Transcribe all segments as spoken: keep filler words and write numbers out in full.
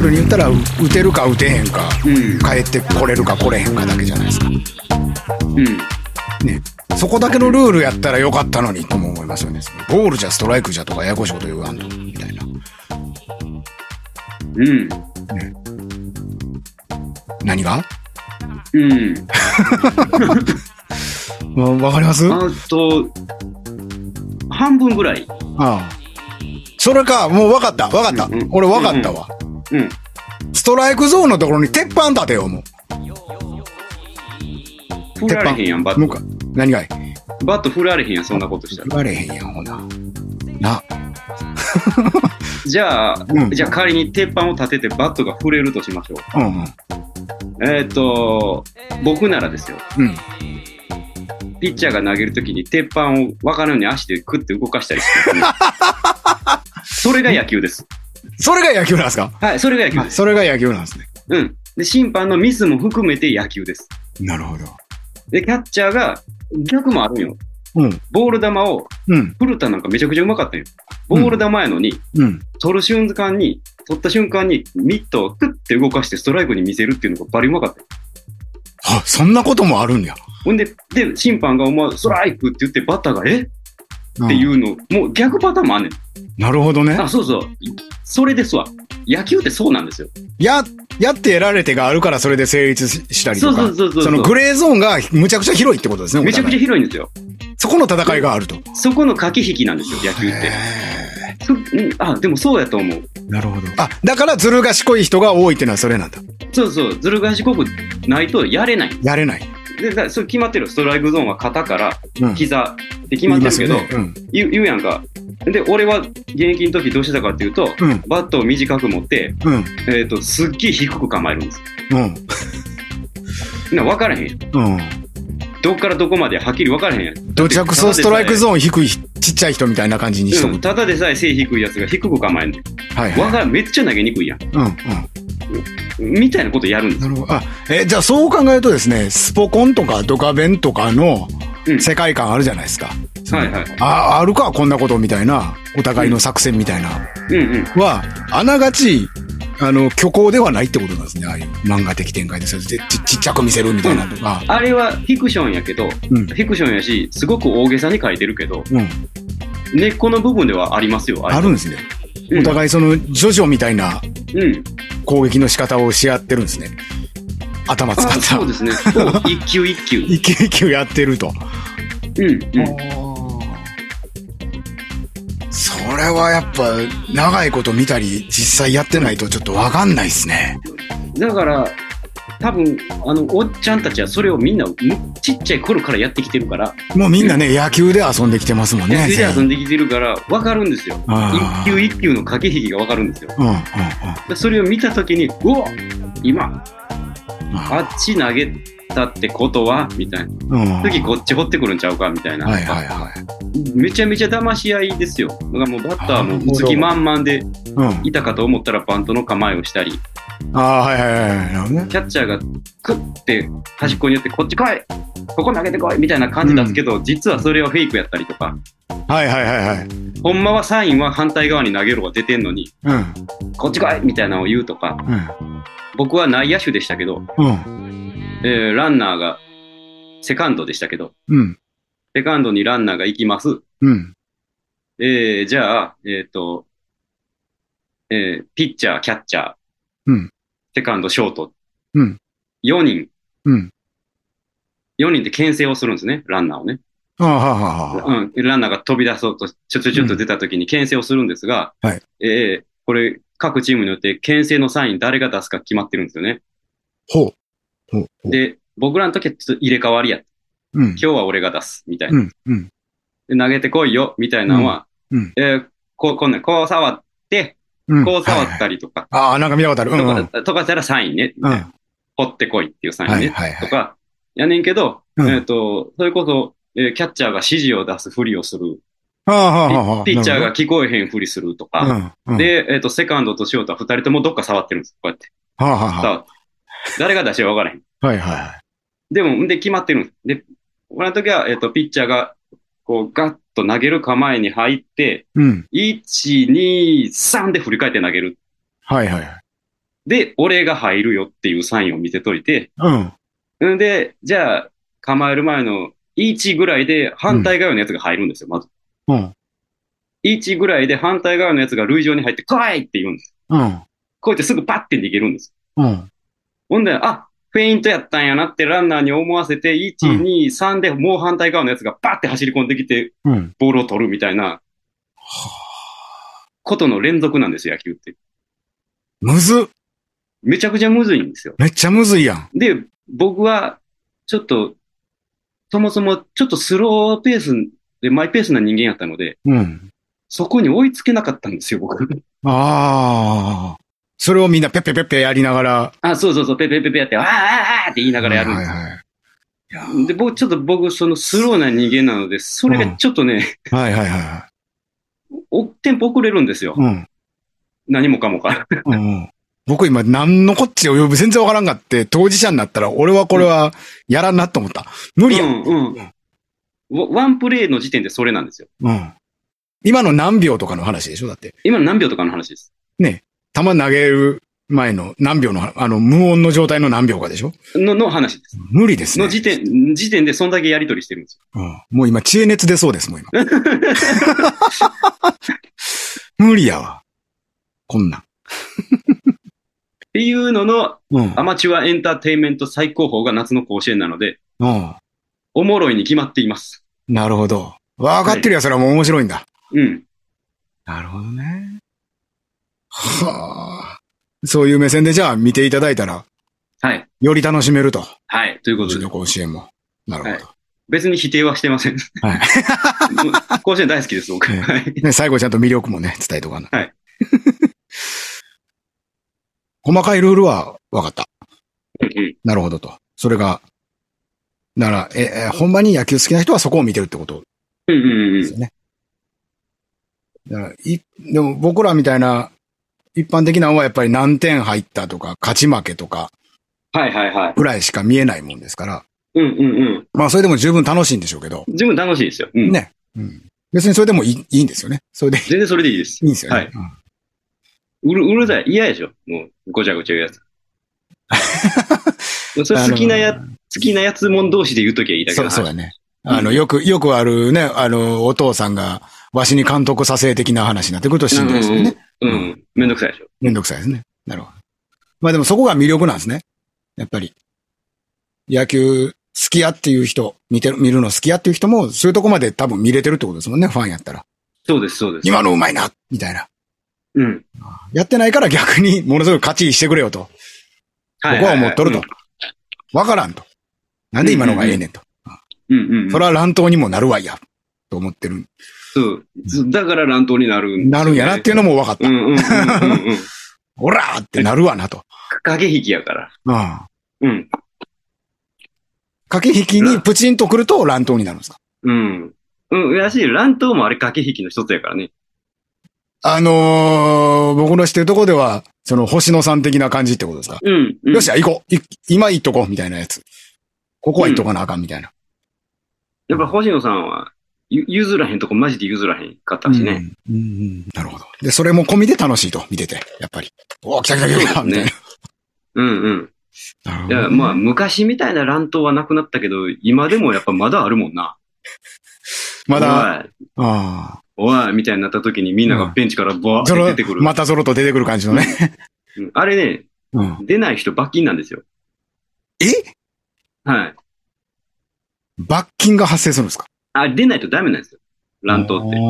ルに言ったら打てるか打てへんか、 うん、 帰ってこれるか来れへんかだけじゃないですか。 うんね、そこだけのルールやったらよかったのにとも思いますよね。ボールじゃストライクじゃとかややこしいこと言わんとみたいな。 うん。 ね、何が？ うん。 わかります？ あと半分ぐらい。 ああ。それか、もう分かった、分かった。うんうん、俺分かったわ、 うんうん。 ストライクゾーンのところに鉄板立てよう、もう。 振られへんやん、バット。 何がい？ バット振られへんやん、そんなことしたら。 振られへんやん、ほな。な。 じゃあ、うん、じゃあ仮に鉄板を立ててバットが振れるとしましょう。うんうん、えっ、ー、と、僕ならですよ。うん、ピッチャーが投げるときに鉄板を分かるように足でクッて動かしたりして、ね、それが野球です。 それが野球なんですか？ はい、それが野球です。 それが野球なんですね。 うん。で、審判のミスも含めて野球です。 なるほど。 で、キャッチャーが逆もあるんよ。 うん、 ボール球を、うん、古田なんかめちゃくちゃうまかったんよ。ボール球やのに、うん、取る瞬間に、取った瞬間にミットをクッて動かしてストライクに見せるっていうのがバリうまかったよ。 あ、そんなこともあるんや。 ほんで、で、審判がお前ストライクって言ってバッターがえっていうの、もう逆パターンもあんねん。 なるほどね。 あ、そうそう。それですわ。野球ってそうなんですよ。 や、やって得られてがあるからそれで成立したりとか。 そうそうそうそう。 そのグレーゾーンがむちゃくちゃ広いってことですね。 めちゃくちゃ広いんですよ。 そこの戦いがあると。 そこの駆け引きなんですよ、野球って。あ、でもそうやと思う。 なるほど。あ、だからずる賢い人が多いっていうのはそれなんだ。 そうそう。ずる賢くないとやれない。 やれない。 で、だそれ決まってる。ストライクゾーンは肩から膝って決まってるけど、うん、言, ねうん、言, 言うやんか。で、俺は現役の時どうしてたかっていうと、うん、バットを短く持って、うん、えっと、すっげえ低く構えるんです。うん。な、分からへんやん。うん。どっからどこまではっきり分からへんやん。 どちゃくそストライクゾーン低いちっちゃい人みたいな感じにしとく。 うん、ただでさえ背低いやつが低く構えんねん。はいはい。わかる、めっちゃ投げにくいやん。うんうん。みたいなことやるんです。 なるほど。あ、え、じゃあそう考えるとですね、スポコンとかドカベンとかの世界観あるじゃないですか。うん、はいはい。あ、あるか、こんなことみたいな、お互いの作戦みたいな。うんうん。は、あながち、あの、虚構ではないってことなんですね。ああいう漫画的展開ですよ。ち, ちっちゃく見せるみたいなとか、 うん。あれはフィクションやけど、うん、フィクションやし、すごく大げさに書いてるけど、うん、根っこの部分ではありますよ。 あ, あるんですね。うん、お互いその、ジョジョみたいな攻撃の仕方をし合ってるんですね。頭使った。 そうですね。一球一球。 一球一球やってると。うん。うん。それはやっぱ長いこと見たり実際やってないとちょっと分かんないですね。 だから多分あのおっちゃんたちはそれをみんなちっちゃい頃からやってきてるから、 もうみんなね、野球で遊んできてますもんね。 野球で遊んできてるから分かるんですよ。一球一球の駆け引きが分かるんですよ。うんうんうん、それを見た時に、うお、今あっち投げたってことはみたいな、次こっち掘ってくるんちゃうかみたいな、はいはいはい、めちゃめちゃ騙し合いですよ。だからもうバッターも打つ気満々でいたかと思ったらバントの構えをしたり、 あ、はいはいはい、 キャッチャーがクッて端っこに寄ってこっち来い、ここ投げてこいみたいな感じなんですけど、うん、実はそれはフェイクやったりとか、 はいはいはいはい、 ほんまはサインは反対側に投げろが出てんのに、うん、こっち来いみたいなのを言うとか、うん、僕は内野手でしたけど、うん、えー、ランナーがセカンドでしたけど、うん、セカンドにランナーが行きます、うん、えー、じゃあ、えっと、えー、ピッチャーキャッチャー、うん、セカンドショート、うん、よにん、うん、よにんで牽制をするんですね、ランナーをね。ああははは、うん、ランナーが飛び出そうとちょちょちょっと出た時に牽制をするんですが、うん、はい、えー、これ各チームによって牽制のサイン誰が出すか決まってるんですよね。ほう。ほうほう、で、僕らの時はちょっと入れ替わりや、うん、今日は俺が出すみたいな、うんうん、で投げてこいよみたいなのは、うんうん、えー、こうこんなこう触ってこう触ったりとか、 はいはい、ああ、なんか見たことある、うんうん、 とかとかしたらサインね、うん、掘ってこいっていうサインね、はいはいはい、とかやねんけど、うん、えっ、ー、とそれこそ、えー、キャッチャーが指示を出すふりをする。はあはあはあ、ピッチャーが聞こえへんふりするとか、うんうん、で、えっ、ー、とセカンドとショートは二人ともどっか触ってるんです。こうやって。はあはあ、触って。誰が出しは分からへん。はいはい。でも、で、決まってるんです。で、この時は、えっ、ー、と、ピッチャーが、こう、ガッと投げる構えに入って、うん、いち、に、さんで振り返って投げる。はいはい。 で、俺が入るよっていうサインを見せといて、 うん。 んで、じゃあ、構える前のいちぐらいで反対側のやつが入るんですよ、まず。 うん。 いちぐらいで反対側のやつが塁上に入って、来いって言うんです。 うん。 こうやってすぐパッて逃げるんです。 うん。 ほんで、あ、フェイントやったんやなってランナーに思わせて、いち、に、さんでもう反対側のやつがパッて走り込んできて、ボールを取るみたいな、ことの連続なんですよ、野球って。 むずっ。 めちゃくちゃむずいんですよ。 めっちゃむずいやん。 で、僕は、ちょっと、そもそもちょっとスローペースでマイペースな人間やったので、 うん。 そこに追いつけなかったんですよ、僕。 ああ。それをみんなペッペペッペやりながら。 あ、そうそうそう、ペッペペッペやって、あーあーあーって言いながらやるんですよ。はいはいはい、で、僕、ちょっと僕、そのスローな人間なので、それがちょっとね、 うん、はいはいはい。 お、テンポ遅れるんですよ。うん。何もかもか。 うん。僕今何のこっちを呼ぶ全然わからんがって、当事者になったら俺はこれはやらんなと思った。無理や。うんうん。 ワンプレイの時点でそれなんですよ。 うん。今の何秒とかの話でしょだって。 今の何秒とかの話です。 ね。球投げる前の何秒の、あの、無音の状態の何秒かでしょの、の話です。 無理ですね。 の時点、時点でそんだけやり取りしてるんですよ。 うん。もう今、知恵熱出そうです、もう今。無理やわ。こんなん。 っていうのの、うん、アマチュアエンターテインメント最高峰が夏の甲子園なので、うん、おもろいに決まっています。 なるほど。わかってるやつらもう面白いんだ。 うん。 なるほどね。はあ。そういう目線でじゃあ見ていただいたら、 はい。 より楽しめると。 はい。ということで。 うちの甲子園も。なるほど。はい、 別に否定はしてません。はい。甲子園大好きです、僕。 ね、はい。ね、最後ちゃんと魅力もね、伝えとかな。 はい。 細かいルールは分かった。 うんうん。 なるほどと。それが、なら、え、え、ほんまに野球好きな人はそこを見てるってことですよね。だからい、でも僕らみたいな一般的なのはやっぱり何点入ったとか、勝ち負けとか、 はいはいはい。 ぐらいしか見えないもんですから。 うんうんうん。 まあそれでも十分楽しいんでしょうけど。 十分楽しいですよ。うん、 ね。うん。別にそれでもいい、いいんですよね。それで。 全然それでいいです。 いいんですよね。 はい。うんうる、うるさい。嫌でしょ。もう、ごちゃごちゃ言うやつ。それ好きなや、好きなやつもん同士で言うときはいいだけど。 そう、そうだね。あの、よく、よくあるね、あの、お父さんが、わしに監督させ的な話になってくるとしんどいですよね。 うん、うん。うん。めんどくさいでしょ。 めんどくさいですね。なるほど。まあでもそこが魅力なんですね。やっぱり。野球好きやっていう人、見てる、見るの好きやっていう人も、そういうとこまで多分見れてるってことですもんね、ファンやったら。 そうです、そうです。 今のうまいなみたいな。 うん。 やってないから逆にものすごい勝ちしてくれよと。はい。僕は思っとると。わ、うん、からんと。なんで今のがええねんと。 うんうん、うん。 それは乱闘にもなるわいや。と思ってる。 そう。だから乱闘になるんですよ、ね。 なるんやなっていうのも分かった。うんうんうんうん、うん。おらーってなるわなと。 駆け引きやから。 ああ。 うん。 駆け引きにプチンと来ると乱闘になるんですか？ うん。うん。やし、乱闘もあれ駆け引きの一つやからね。 あのー、僕の知ってるところでは、その星野さん的な感じってことですか？ うん。うん、 よし、行こう。今行っとこう、みたいなやつ。ここは行っとかなあかん、みたいな。 やっぱ星野さんは、譲らへんとこマジで譲らへんかったしね。 うん。うん、うん。なるほど。で、それも込みで楽しいと、見てて。やっぱり。おー、来た来た来た、みたいな。 うんうん。いや、まあ、昔みたいな乱闘はなくなったけど、今でもやっぱまだあるもんな。 まだ、 ああ。おいみたいになった時にみんながベンチからボワーって出てくる。 またゾロと出てくる感じのね。 うん、あれね、うん、出ない人罰金なんですよ。 え？ はい。 罰金が発生するんですか？ あ、出ないとダメなんですよ。乱闘って。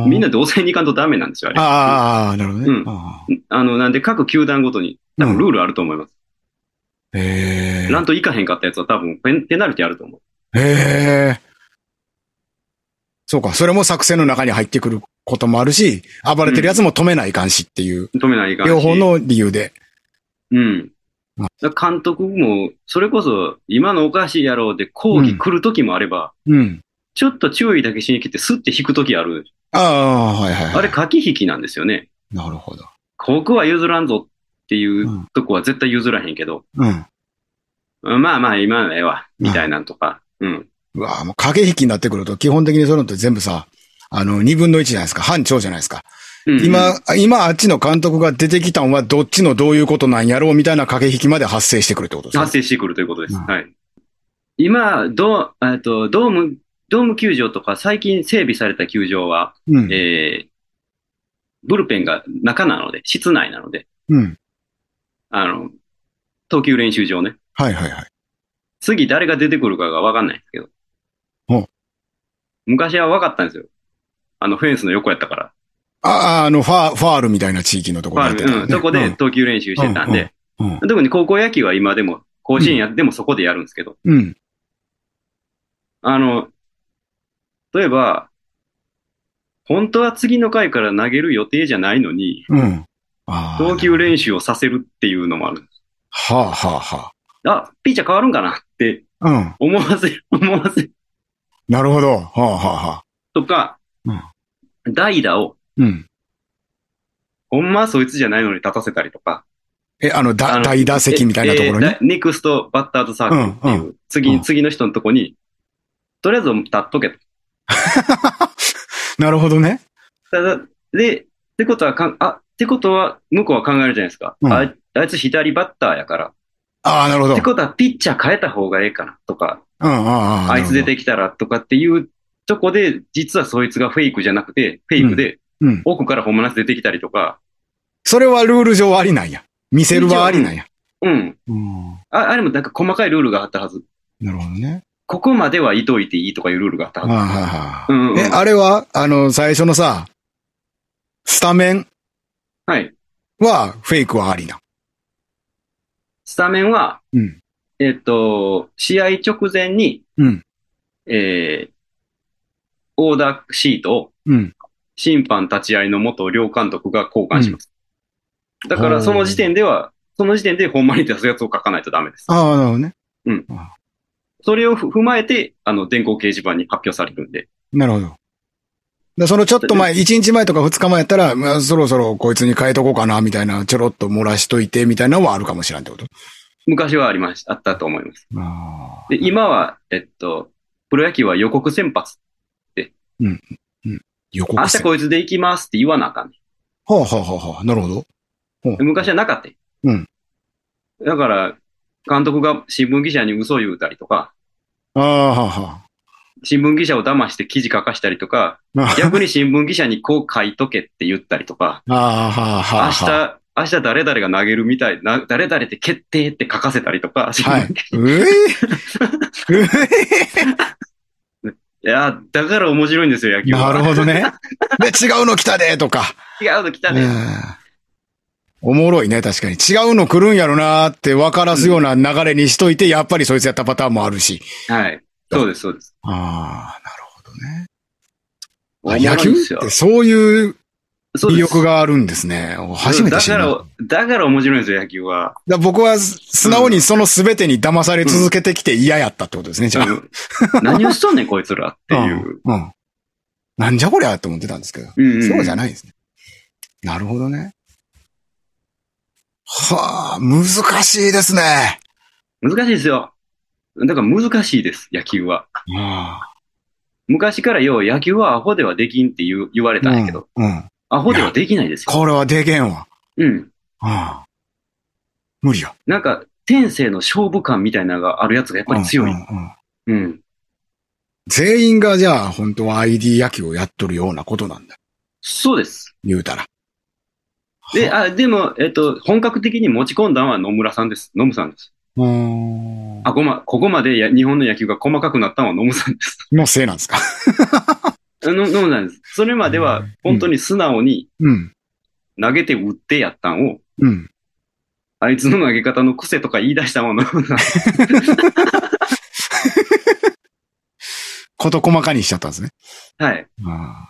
みんなで抑えに行かんとダメなんですよ、あれ。 ああ、なるほどね。 うん。あの、なんで各球団ごとに多分ルールあると思います。 うん、へえ。 乱闘行かへんかったやつは多分ペナルティあると思う。 へえ。そうか、それも作戦の中に入ってくることもあるし、暴れてるやつも止めないかんしっていう。 止めないかんし。 両方の理由で。 うん。監督も、それこそ、今のおかしいやろうで抗議来る時もあれば、 うん。 ちょっと注意だけしに来てスッて引く時ある。 ああ、はいはいはい。 あれ駆け引きなんですよね。 なるほど。 ここは譲らんぞっていうとこは絶対譲らへんけど。 うん。 まあまあ、今のええわ、みたいなんとか。うん。うんうわぁ、もう駆け引きになってくると、基本的にそういうのって全部さ、あの、二分の一じゃないですか。半長じゃないですか。 うんうん、今、今あっちの監督が出てきたのはどっちのどういうことなんやろうみたいな駆け引きまで発生してくるってことですか？ 発生してくるということです。うん、はい。今、ドー、とドーム、ドーム球場とか最近整備された球場は、うん、えー、ブルペンが中なので、室内なので、うん、あの、投球練習場ね。 はいはいはい。 次誰が出てくるかが分かんないんですけど。昔は分かったんですよ。あのフェンスの横やったから。 ああ、あのファ、ファールみたいな地域のところでやってた、ね。うん、そこで投球練習してたんで。うんうんうん、特に高校野球は今でも、甲子園やってもそこでやるんですけど。うん。あの、例えば、本当は次の回から投げる予定じゃないのに、うん、投球練習をさせるっていうのもあるんです。 はあはあはあ。あ、ピッチャー変わるんかなって思わせる、うん、思わせる。 なるほど。はあはあはあ。 とか、うん、代打を、うん、ほんまはそいつじゃないのに立たせたりとか。 え、あの、だあの大打席みたいなところに、 えー、ネクストバッターズサークルっていう、うんうん、次、うん、次の人のとこに、とりあえず立っとけと。 なるほどね。 ただ、で、ってことはかん、あ、ってことは、向こうは考えるじゃないですか。うん、あ, あいつ左バッターやから。 ああ、なるほど。 ってことは、ピッチャー変えた方がええかな、とか。 うん、あ, あいつ出てきたら、とかっていうとこで、実はそいつがフェイクじゃなくて、フェイクで、うんうん、奥から本物出てきたりとか。 それはルール上ありなんや。見せるはありなんや。 うん。うん、あ, あれもなんか細かいルールがあったはず。 なるほどね。 ここまではいといていいとかいうルールがあったはず。はあはあうんうん、 え、あれは、あの、最初のさ、スタメンはい。 は、フェイクはありな。 スタメンは、うん、えっと、試合直前に、うん、えー、オーダーシートを、うん、審判立ち会いの元両監督が交換します。うん、だから、その時点では、その時点でほんまに出すやつを書かないとダメです。 ああ、なるほどね。 うん。それを踏まえて、あの、電光掲示板に発表されるんで。 なるほど。でそのちょっと前、いちにちまえとかふつかまえやったら、まあ、そろそろこいつに変えとこうかな、みたいな、ちょろっと漏らしといて、みたいなのはあるかもしれんってこと？ 昔はありました、あったと思います。あで、今は、えっと、プロ野球は予告先発って。うん。うん。予告明日こいつで行きますって言わなあかんねん。 はあはあはあはあ、なるほど。 昔はなかった。うん。だから、監督が新聞記者に嘘言うたりとか、 ああ、はあ、はあ。 新聞記者を騙して記事書かしたりとか、逆に新聞記者にこう書いとけって言ったりとか、あはあはあ、明日、明日誰々が投げるみたいな、誰々って決定って書かせたりとか、新聞記者に。はい、えー、いや、だから面白いんですよ、野球は。 なるほどね。で、違うの来たでとか。 違うの来たで。 おもろいね、確かに。違うの来るんやろなーって分からすような流れにしといて、やっぱりそいつやったパターンもあるし。 はい。そうです、そうです。 ああ、なるほどね。野球ってそういう魅力があるんですね。初めて知った。 だから、だから面白いんですよ、野球は。 だ僕は素直にその全てに騙され続けてきて嫌やったってことですね、じゃあ。 何をしとんねん、こいつらっていう。 うん。うん、なんじゃこりゃって思ってたんですけど。うんうん、そうじゃないですね。なるほどね。はあ、難しいですね。 難しいですよ。だから難しいです、野球は。ああ昔からよう野球はアホではできんって言う言われたんやけど、うんうん、アホではできないですよ。 これはでけんわ。 うん。 ああ無理よ。 なんか、天性の勝負感みたいなのがあるやつがやっぱり強い。うんうんうん。うん。 全員がじゃあ本当は アイディー 野球をやっとるようなことなんだ。 そうです。 言うたら。 で、あ、でも、えっと、本格的に持ち込んだのは野村さんです。野村さんです。あ、こま、ここまでや日本の野球が細かくなったのは野村さんです。 のせいなんですかの野村さんです。それまでは本当に素直に投げて打ってやったんを、うん、あいつの投げ方の癖とか言い出したもの。 こと細かにしちゃったんですね。 はい。 は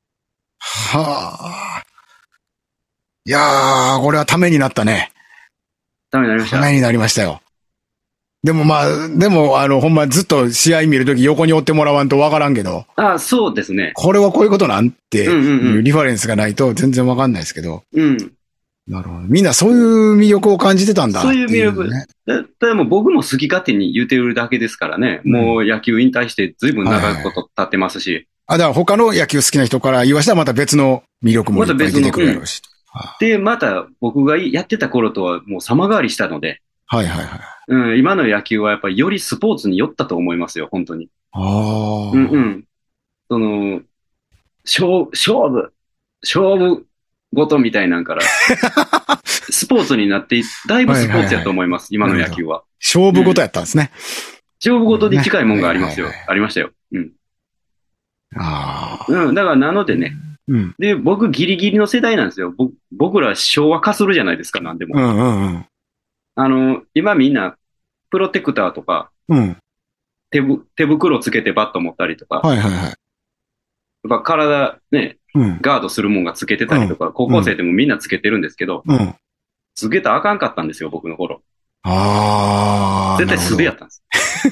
あ。いやー、これはためになったね。 ためになりました。 ためになりましたよ。でもまあ、でも、あの、ほんまずっと試合見るとき横に追ってもらわんとわからんけど。 ああ、そうですね。 これはこういうことなんていうリファレンスがないと全然わかんないですけど。うん。なるほど。みんなそういう魅力を感じてたんだっていう、ね。そういう魅力。 だ、でも僕も好き勝手に言ってるだけですからね。うん、もう野球引退して随分長いこと経ってますし。 あ、だから他の野球好きな人から言わしたらまた別の魅力もいっぱい出てくるやろうし。 で、また僕がやってた頃とはもう様変わりしたので。 はいはいはい。 うん、今の野球はやっぱりよりスポーツに寄ったと思いますよ、本当に。 ああ。 うんうん。その、勝、勝負、勝負ごとみたいなんから、スポーツになって、だいぶスポーツやと思います、今の野球は。 勝負ごとやったんですね。 勝負ごとに近いもんがありますよ。ありましたよ。うん。 ああ。 うん、だからなのでね。うん。で、僕ギリギリの世代なんですよ。ぼ僕ら昭和化するじゃないですか、なんでも。うんうんうん。あの、今みんな、プロテクターとか、うん。手ぶ、手袋つけてバット持ったりとか。はいはいはい。やっぱ体ね、うん、ガードするもんがつけてたりとか、うん、高校生でもみんなつけてるんですけど、うん。つけたらあかんかったんですよ、僕の頃。ああ。絶対素手やったんです。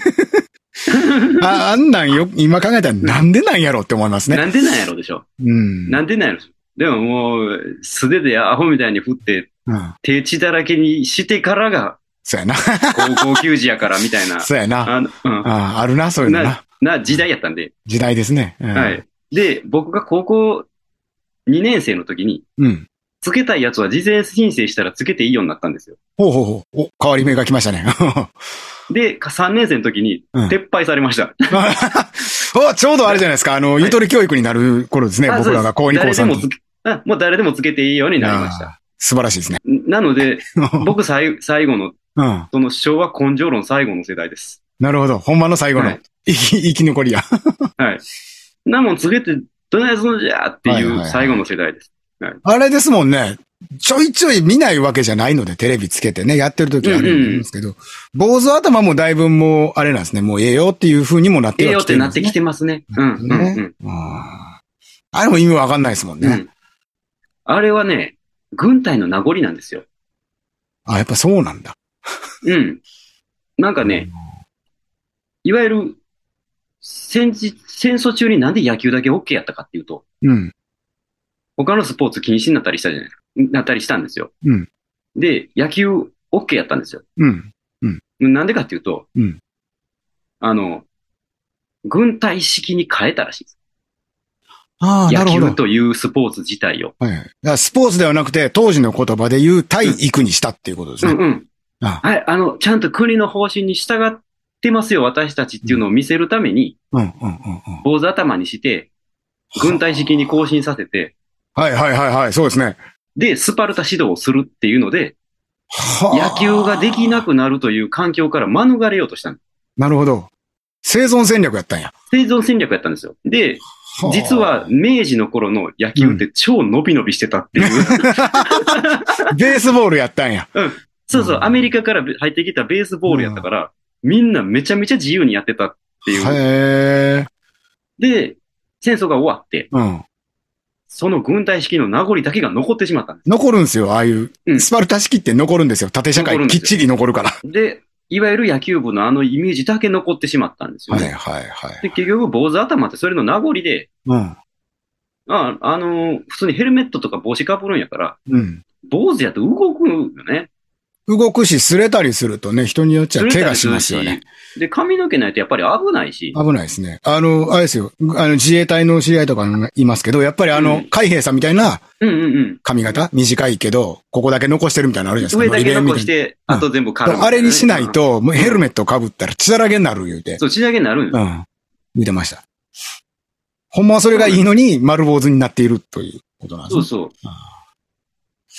あ, あんなんよ、今考えたらなんでなんやろって思いますね。 なんでなんやろでしょ。うん。なんでなんやろ。でももう、素手でアホみたいに振って、うん、手血だらけにしてからが、 そうやな。 高校球児やからみたいな。 そうやな。あ, うん、あ, あるな、そういうのな。 な、な時代やったんで。 時代ですね。 うん、はい。で、僕が高校にねん生の時に、うん。つけたいやつは事前申請したらつけていいようになったんですよ。 ほうほうほう。お、変わり目が来ましたね。 で、さんねん生の時に、撤廃されました。 うん、お、ちょうどあれじゃないですか。あの、ゆとり教育になる頃ですね。はい、僕らが高に高さんに。 あ、もう誰でもつけていいようになりました。 素晴らしいですね。 なので、僕最最後の、うん、その昭和根性論最後の世代です。 なるほど。ほんまの最後の、はい、生き、生き残りや。 はい。なもんつけて、どないすんじゃっていう最後の世代です。 はいはいはい、あれですもんね。ちょいちょい見ないわけじゃないので、テレビつけてね、やってる時あるんですけど、うんうん、坊主頭もだいぶもう、あれなんですね、もうええよっていう風にもなってはきてるんですね。 ええよってなってきてますね。うん。ね、うんうん、 あ, あれも意味わかんないですもんね、うん。 あれはね、軍隊の名残なんですよ。 あ、やっぱそうなんだ。 うん。なんかね、いわゆる戦時、戦争中になんで野球だけ OK やったかっていうと、うん。他のスポーツ禁止になったりしたじゃないですか。なったりしたんですよ。うん。で、野球 OK やったんですよ。うん。うん。なんでかっていうと、うん。あの、軍隊式に変えたらしいです。ああ、なるほど。野球というスポーツ自体を。 はい。だからスポーツではなくて、当時の言葉で言う体育にしたっていうことですね。うん、うん、うん。 ああはい。あの、ちゃんと国の方針に従ってますよ、私たちっていうのを見せるために、うん、うん、うん、うん。坊主頭にして、軍隊式に更新させて、 はいはいはいはい、そうですね。 で、スパルタ指導をするっていうので、野球ができなくなるという環境から免れようとしたんです。 なるほど。生存戦略やったんや。 生存戦略やったんですよ。で、実は明治の頃の野球って超伸び伸びしてたっていう、うん。 ベースボールやったんや。 うん。そうそう、アメリカから入ってきたベースボールやったから、うん、みんなめちゃめちゃ自由にやってたっていう。へー。で、戦争が終わって、うん。その軍隊式の名残だけが残ってしまったんです。 残るんですよ、ああいう。うん、スパルタ式って残るんですよ。縦社会きっちり残るから。 で、いわゆる野球部のあのイメージだけ残ってしまったんですよね。はいはいはい。で、結局坊主頭ってそれの名残で、うん。あ、あのー、普通にヘルメットとか帽子かぶるんやから、うん。坊主やと動くよね。 動くし、擦れたりするとね、人によっちゃ怪我しますよね。 で、髪の毛ないとやっぱり危ないし。 危ないですね。あの、あれですよ。あの、自衛隊の知り合いとかいますけど、やっぱりあの、うん、海兵さんみたいな、髪型、短いけど、ここだけ残してるみたいなのあるじゃないですか。 上だけ残して、あと全部絡む、ね。あれにしないと、もうヘルメット被ったら血だらけになる言うて。 そう、血だらけになるんよ。うん。言うてました。ほんまはそれがいいのに、丸坊主になっているということなんですね。 そうそう。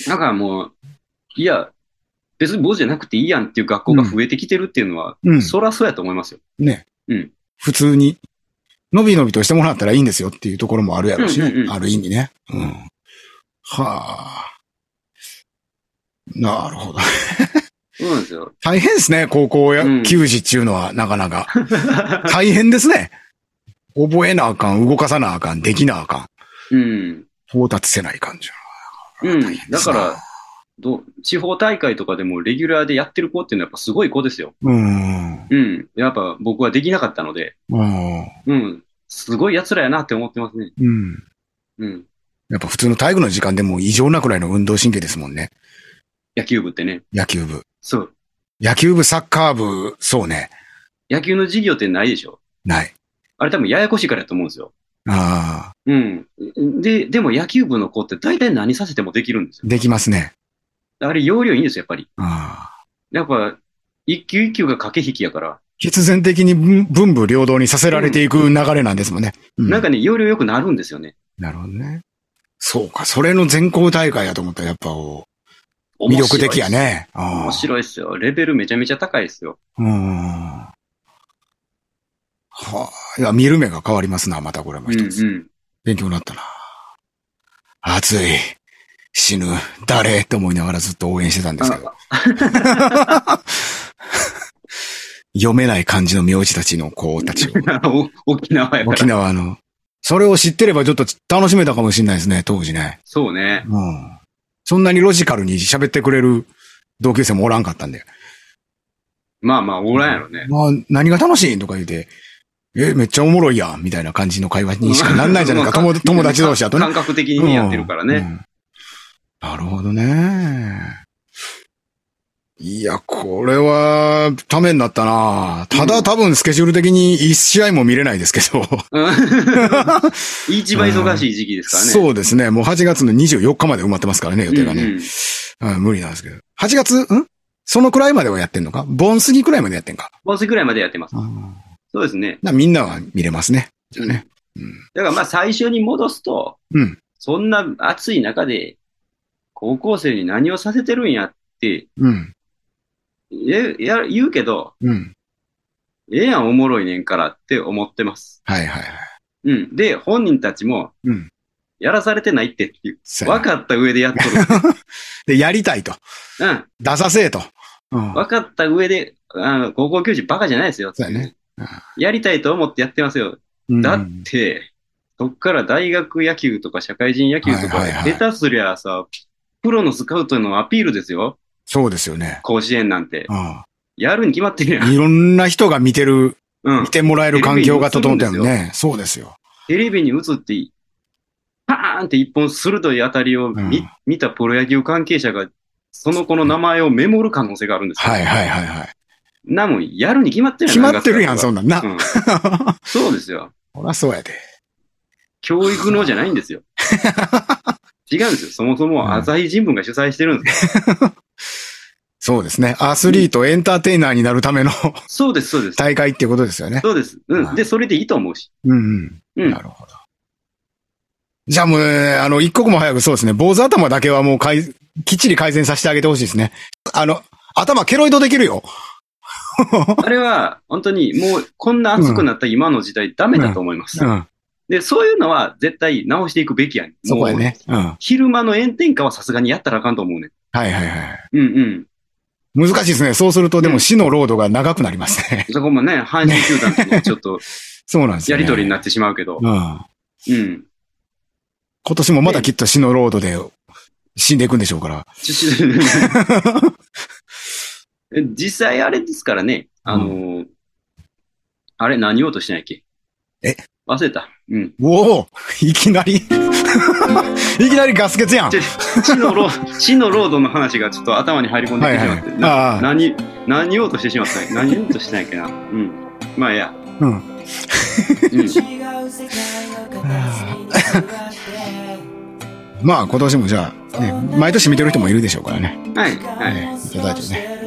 だからもう、いや、別に坊主じゃなくていいやんっていう学校が増えてきてるっていうのは、うん、そらそうやと思いますよ。 ね。うん。普通に、のびのびとしてもらったらいいんですよっていうところもあるやろうしね。うんうんうん、ある意味ね。うん。はあ。なるほど。 そうなんですよ。 大変ですね、高校や、球児っていうのは、なかなか。大変ですね。覚えなあかん、動かさなあかん、できなあかん。うん。到達せない感じ。 うん。だから、ど地方大会とかでもレギュラーでやってる子っていうのはやっぱすごい子ですよ。うん。うん。やっぱ僕はできなかったので。うん。うん。すごい奴らやなって思ってますね。うん。 うん。やっぱ普通の体育の時間でも異常なくらいの運動神経ですもんね。 野球部ってね。 野球部。 そう。 野球部、サッカー部、そうね。 野球の授業ってないでしょ？ ない。 あれ多分ややこしいからやと思うんですよ。 ああ。 うん。で、でも野球部の子って大体何させてもできるんですよ。 できますね。 あれ、要領いいんですよ、やっぱり。 ああ。 やっぱ、一球一球が駆け引きやから。 必然的に文武両道にさせられていく流れなんですもんね。 うんうん、なんかね、要領よくなるんですよね。 なるほどね。そうか、それの全国大会やと思ったらやっぱ、魅力的やね。 面白いっすよ。レベルめちゃめちゃ高いっすよ。 うん。はあ、いや、見る目が変わりますな、またこれも一つ。うんうん、勉強になったな。暑い。死ぬ。誰って思いながらずっと応援してたんですけど。読めない漢字の名字たちの子たちを。 沖縄やから。 沖縄の。それを知ってればちょっと楽しめたかもしれないですね、当時ね。 そうね。 うん。そんなにロジカルに喋ってくれる同級生もおらんかったんで。 まあまあ、おらんやろね。 まあ、何が楽しいんとか言って、え、めっちゃおもろいやんみたいな感じの会話にしかなんないじゃないか、友, 友達同士だとね。 感覚的にやってるからね。うんうん、 なるほどね。いや、これは、ためになったな。ただ、うん、多分スケジュール的に一試合も見れないですけど。 一番忙しい時期ですからね。 そうですね。もうはちがつのにじゅうよっかまで埋まってますからね、予定がね。うんうんうん、無理なんですけど。はちがつ、んそのくらいまではやってんのか盆過ぎくらいまでやってんか盆過ぎくらいまでやってます。そうですね。 みんなは見れますね。じゃあね。 うん。だからまあ最初に戻すと、うん。そんな暑い中で、高校生に何をさせてるんやって、うん。え、や、言うけど、うん。ええやん、おもろいねんからって思ってます。 はいはいはい。 うん。で、本人たちも、うん。やらされてないってっていう。分かった上でやっとる。 で、やりたいと。うん。出させえと。 うん。分かった上で、あの、高校教師バカじゃないですよ。 そうやね。 うん、やりたいと思ってやってますよ。うん、だって、そっから大学野球とか社会人野球とか、下手すりゃさ、プロのスカウトのアピールですよ。 そうですよね。 甲子園なんて。うん、やるに決まってるやん。 いろんな人が見てる、うん、見てもらえる環境が整ってるね。そうですよ。 テレビに映っていい。パーンって一本鋭い当たりを見、うん、見たプロ野球関係者が、その子の名前をメモる可能性があるんですよ。 はいはいはいはい。 なもん、やるに決まってるやん。決まってるやん、そんなんな。うん、 そうですよ。 ほら、そうやで。 教育のじゃないんですよ。違うんですよ。そもそも朝日新聞が主催してるんですよ。 そうですね。アスリート、エンターテイナーになるためのそうです、そうです。 大会っていうことですよね。 そうです。うん。で、それでいいと思うし。 うんうん。うん。なるほど。じゃあもう、あの、一刻も早くそうですね。坊主頭だけはもうかい、きっちり改善させてあげてほしいですね。あの、頭ケロイドできるよ。 あれは、本当にもう、こんな熱くなった今の時代、ダメだと思います。うんうん、で、そういうのは絶対直していくべきやん。 そこやね。 うん、昼間の炎天下はさすがにやったらあかんと思うね。 はいはいはい。 うんうん。難しいですね。そうすると、でも死のロードが長くなりますね。 そこもね、阪神球団とのちょっと、 そうなんですよ、 ね。やりとりになってしまうけど。うん。うん。 今年もまたきっと死のロードで死んでいくんでしょうから。 実際あれですからね。あのーうん、あれ何言おうとしてないっけ？ え忘れた。うん。 おおいきなりいきなりガス欠やん。 死のロー、死のロードの話がちょっと頭に入り込んできてしまって。はいはい、何、何言おうとしてしまった何言おうとしてないっけな。うん。まあいいや。うん。うん。 まあ今年もじゃあ、ね、毎年見てる人もいるでしょうからね。 はい。はい。 えー、いただいてね。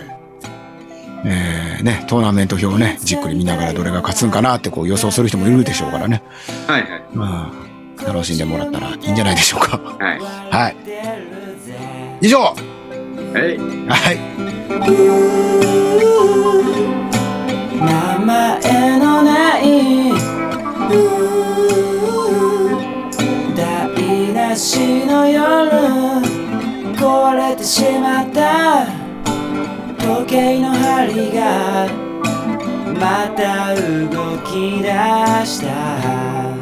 えー、ね、トーナメント表をね、じっくり見ながらどれが勝つんかなってこう予想する人もいるでしょうからね。 はいはい。 まあ、楽しんでもらったらいいんじゃないでしょうか。 はい。 はい。以上。 はい。 はい。 名前のない台無しの夜、壊れてしまった時計の針がまた動き出した。